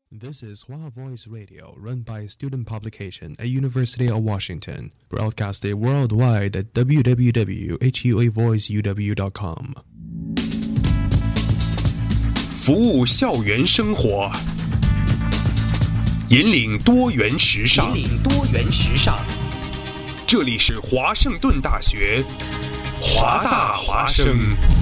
This is Hua Voice Radio, run by a student publication at University of Washington, broadcasted worldwide at www.huavoiceuw.com. 服务校园生活，引领多元时尚。这里是华盛顿大学，华大华生。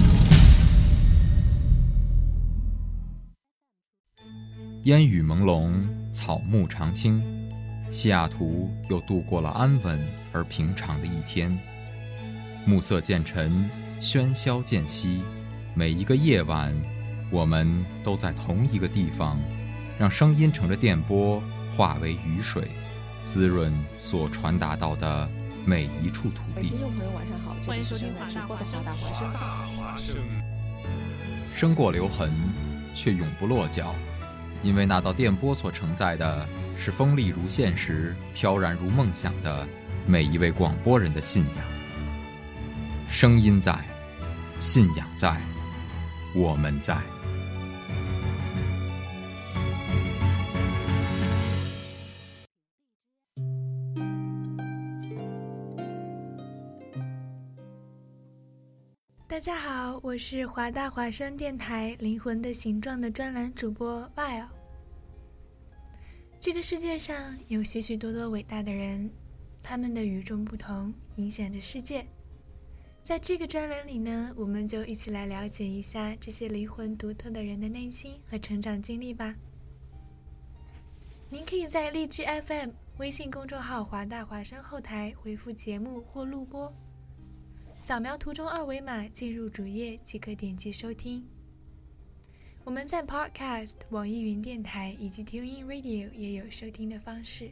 烟雨朦胧，草木常青，西雅图又度过了安稳而平常的一天。暮色渐沉，喧嚣渐息，每一个夜晚，我们都在同一个地方，让声音乘着电波化为雨水，滋润所传达到的每一处土地。 听众朋友晚上好， 欢迎收听华大华生。 生过留痕，却永不落脚，因为那道电波所承载的是锋利如现实、飘然如梦想的每一位广播人的信仰。声音在，信仰在，我们在。 大家好，我是华大华生电台灵魂的形状的专栏主播 Vile。 这个世界上有许许多多伟大的人，他们的与众不同影响着世界。在这个专栏里呢，我们就一起来了解一下这些灵魂独特的人的内心和成长经历吧。您可以在荔枝 FM 微信公众号华大华生后台回复节目或录播，扫描图中二维码进入主页即可点击收听。我们在 Podcast、网易云电台以及 TuneIn Radio 也有收听的方式。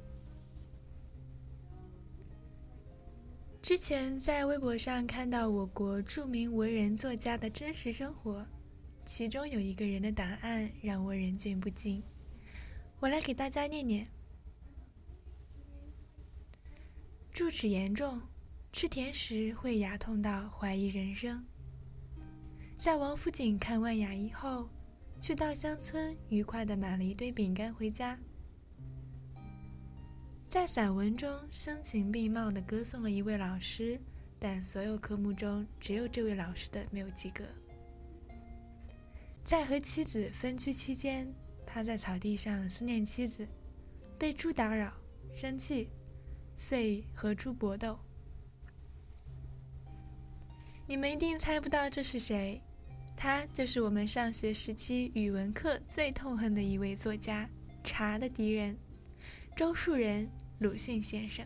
之前在微博上看到我国著名文人作家的真实生活，其中有一个人的答案让我忍俊不禁，我来给大家念念。蛀齿严重，吃甜食会牙痛到怀疑人生。在王府井看完牙医后，去稻香村愉快地买了一堆饼干回家。在散文中声情并茂地歌颂了一位老师，但所有科目中只有这位老师的没有及格。在和妻子分居期间，他在草地上思念妻子，被猪打扰，生气，遂和猪搏斗。你们一定猜不到这是谁，他就是我们上学时期语文课最痛恨的一位作家，茶的敌人，周树人，鲁迅先生。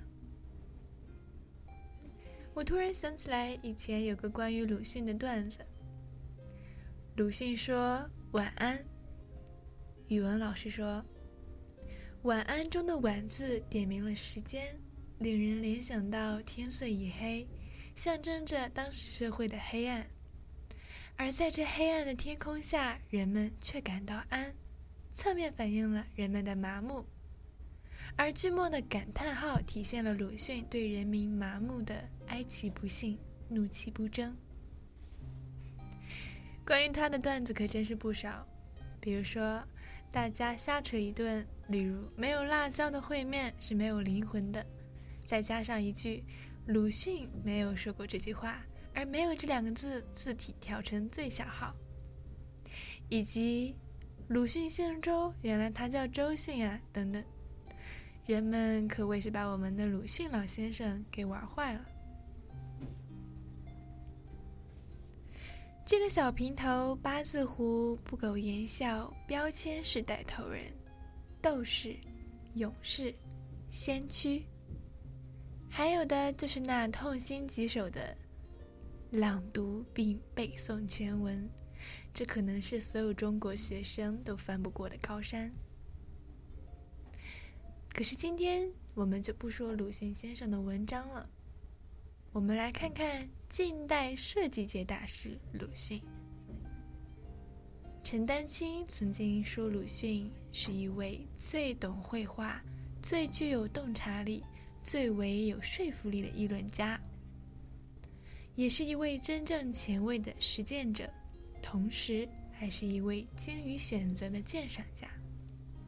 我突然想起来，以前有个关于鲁迅的段子。鲁迅说晚安，语文老师说晚安中的晚字点明了时间，令人联想到天色已黑，象征着当时社会的黑暗，而在这黑暗的天空下，人们却感到安，侧面反映了人们的麻木。而句末的感叹号体现了鲁迅对人民麻木的哀其不幸，怒其不争。关于他的段子可真是不少，比如说大家瞎扯一顿，例如没有辣椒的烩面是没有灵魂的，再加上一句鲁迅没有说过这句话，而没有这两个字字体调成最小号，以及鲁迅姓周，原来他叫周迅啊等等。人们可谓是把我们的鲁迅老先生给玩坏了。这个小平头、八字胡、不苟言笑、标签式带头人、斗士、勇士、先驱，还有的就是那痛心疾首的朗读并背诵全文，这可能是所有中国学生都翻不过的高山。可是今天我们就不说鲁迅先生的文章了，我们来看看近代设计界大师鲁迅。陈丹青曾经说鲁迅是一位最懂绘画、最具有洞察力、最为有说服力的议论家，也是一位真正前卫的实践者，同时还是一位精于选择的鉴赏家。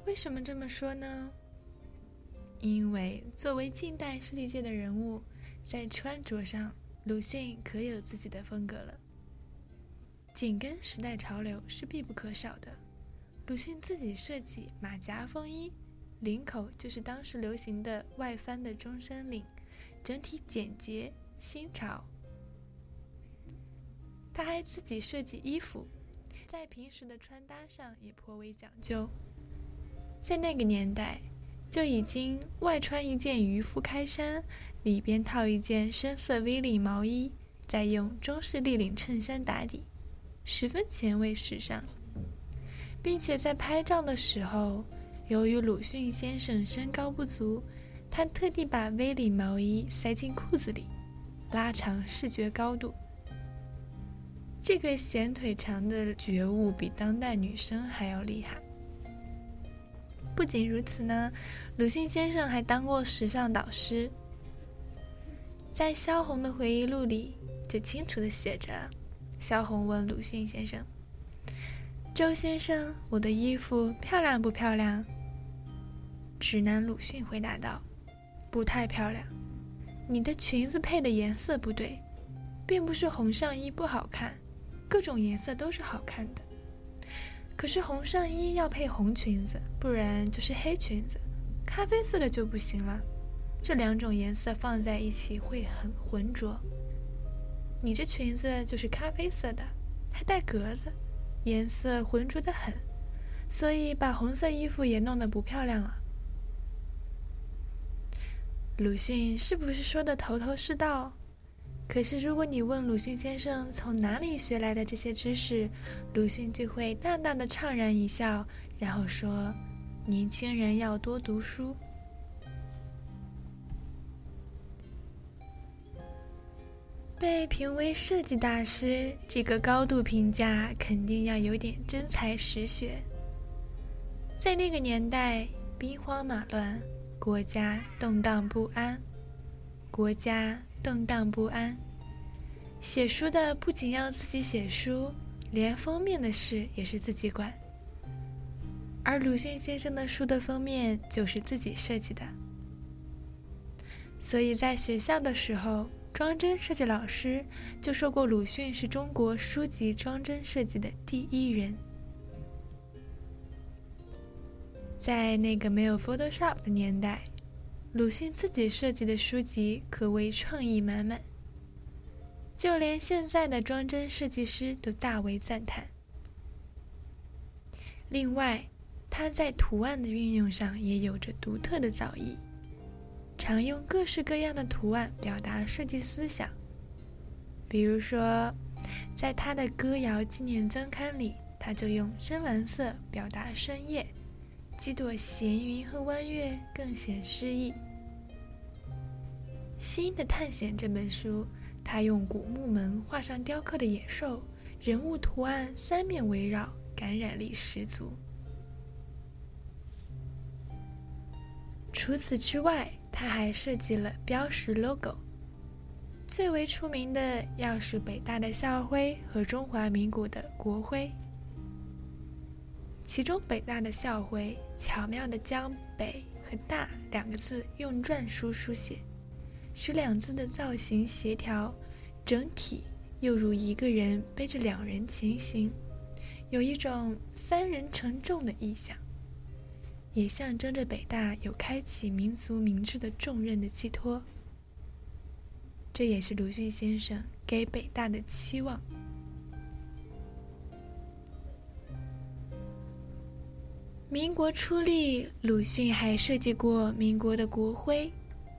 为什么这么说呢？因为作为近代设计界的人物，在穿着上，鲁迅可有自己的风格了。紧跟时代潮流是必不可少的。鲁迅自己设计马甲风衣，领口就是当时流行的外翻的中山领，整体简洁新潮。他还自己设计衣服，在平时的穿搭上也颇为讲究。在那个年代，就已经外穿一件渔夫开衫，里边套一件深色 V 领毛衣，再用中式立领衬衫打底，十分前卫时尚。并且在拍照的时候，由于鲁迅先生身高不足，他特地把 V 领毛衣塞进裤子里，拉长视觉高度。这个显腿长的觉悟比当代女生还要厉害。不仅如此呢，鲁迅先生还当过时尚导师。在萧红的回忆录里就清楚地写着，萧红问鲁迅先生：周先生，我的衣服漂亮不漂亮？直男鲁迅回答道：不太漂亮，你的裙子配的颜色不对，并不是红上衣不好看，各种颜色都是好看的。可是红上衣要配红裙子，不然就是黑裙子，咖啡色的就不行了，这两种颜色放在一起会很浑浊。你这裙子就是咖啡色的，还带格子，颜色浑浊得很，所以把红色衣服也弄得不漂亮了。鲁迅是不是说的头头是道？可是如果你问鲁迅先生从哪里学来的这些知识，鲁迅就会大大的怅然一笑，然后说：年轻人要多读书。被评为设计大师，这个高度评价肯定要有点真才实学。在那个年代，兵荒马乱，国家动荡不安。写书的不仅要自己写书，连封面的事也是自己管。而鲁迅先生的书的封面就是自己设计的。所以在学校的时候，装帧设计老师就说过鲁迅是中国书籍装帧设计的第一人。在那个没有 Photoshop 的年代，鲁迅自己设计的书籍可谓创意满满，就连现在的装帧设计师都大为赞叹。另外，他在图案的运用上也有着独特的造诣，常用各式各样的图案表达设计思想。比如说，在他的歌谣纪念增刊里，他就用深蓝色表达深夜，几朵闲云和弯月更显诗意。新的探险这本书，他用古木门画上雕刻的野兽，人物图案三面围绕，感染力十足。除此之外，他还设计了标识 logo， 最为出名的要数北大的校徽和中华民国的国徽。其中北大的校徽巧妙地将北和大两个字用篆书书写，使两字的造型协调，整体又如一个人背着两人前行，有一种三人承重的意象，也象征着北大有开启民族明智的重任的寄托。这也是鲁迅先生给北大的期望。民国初立，鲁迅还设计过民国的国徽，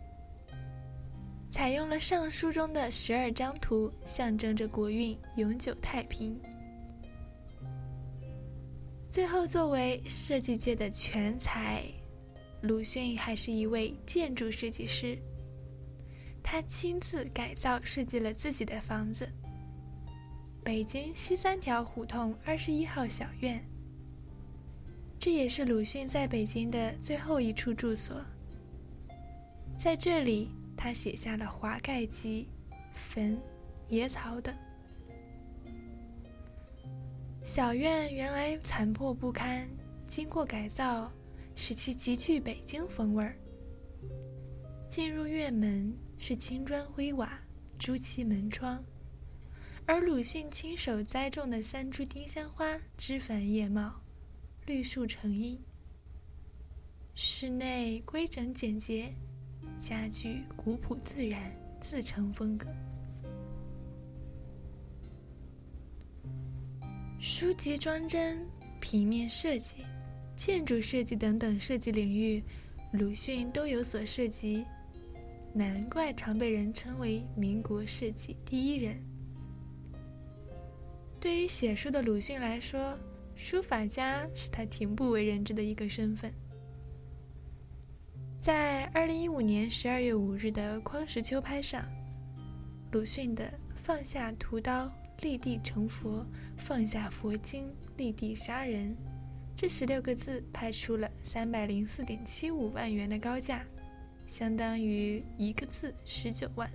采用了上书中的12张图，象征着国运永久太平。最后，作为设计界的全才，鲁迅还是一位建筑设计师。他亲自改造设计了自己的房子，北京西3条胡同21号小院。这也是鲁迅在北京的最后一处住所。在这里，他写下了华盖集、坟、野草等。小院原来残破不堪，经过改造， 使其极具北京风味儿。进入院门是青砖灰瓦、朱漆门窗，而鲁迅亲手栽种的3株丁香花枝繁叶茂，绿树成荫。室内规整简洁，家具古朴自然，自成风格。书籍装帧、平面设计、建筑设计等等设计领域，鲁迅都有所涉及，难怪常被人称为民国设计第一人。对于写书的鲁迅来说，书法家是他挺不为人知的一个身份。在2015年12月5日的匡时秋拍上，鲁迅的放下屠刀，立地成佛，放下佛经，立地杀人，这16个字拍出了304.75万元的高价，相当于一个字19万。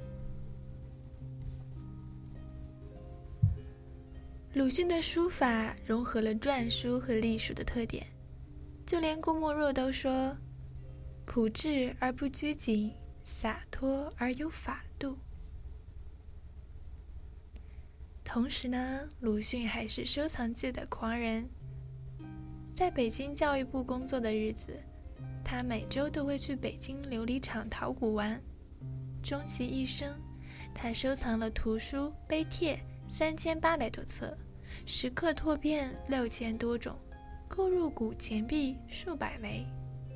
鲁迅的书法融合了篆书和隶书的特点，就连郭沫若都说朴质而不拘谨，洒脱而有法度。同时呢，鲁迅还是收藏界的狂人。在北京教育部工作的日子，他每周都会去北京琉璃厂陶鼓玩。终其一生，他收藏了图书、碑帖3800多册，石刻拓片6000多种，购入古钱币数百枚。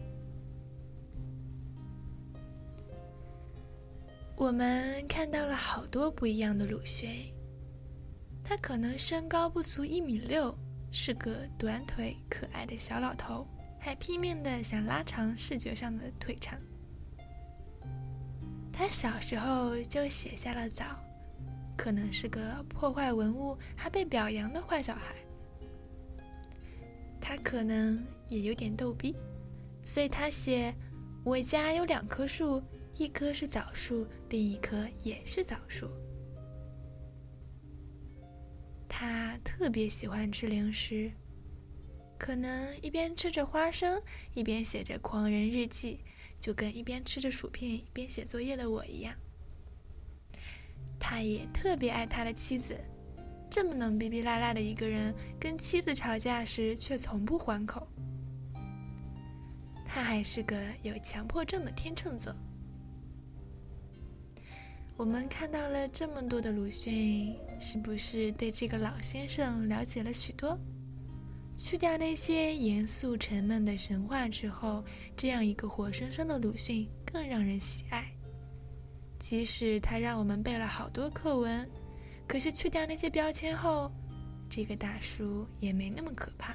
我们看到了好多不一样的鲁迅，他可能身高不足1.6米，是个短腿可爱的小老头，还拼命地想拉长视觉上的腿长。他小时候就写下了早，可能是个破坏文物还被表扬的坏小孩。他可能也有点逗逼，所以他写我家有2棵树，一棵是枣树，另一棵也是枣树。他特别喜欢吃零食，可能一边吃着花生，一边写着狂人日记，就跟一边吃着薯片一边写作业的我一样。他也特别爱他的妻子，这么能逼逼赖赖的一个人，跟妻子吵架时却从不还口。他还是个有强迫症的天秤座。我们看到了这么多的鲁迅，是不是对这个老先生了解了许多？去掉那些严肃沉闷的神话之后，这样一个活生生的鲁迅更让人喜爱。即使他让我们背了好多课文，可是去掉那些标签后，这个大叔也没那么可怕。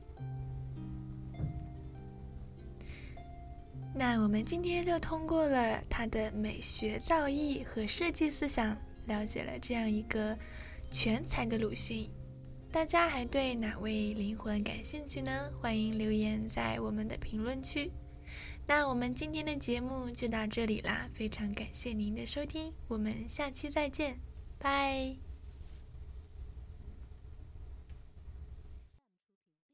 那我们今天就通过了他的美学造诣和设计思想，了解了这样一个全才的鲁迅。大家还对哪位灵魂感兴趣呢？欢迎留言在我们的评论区。那我们今天的节目就到这里啦，非常感谢您的收听，我们下期再见，拜。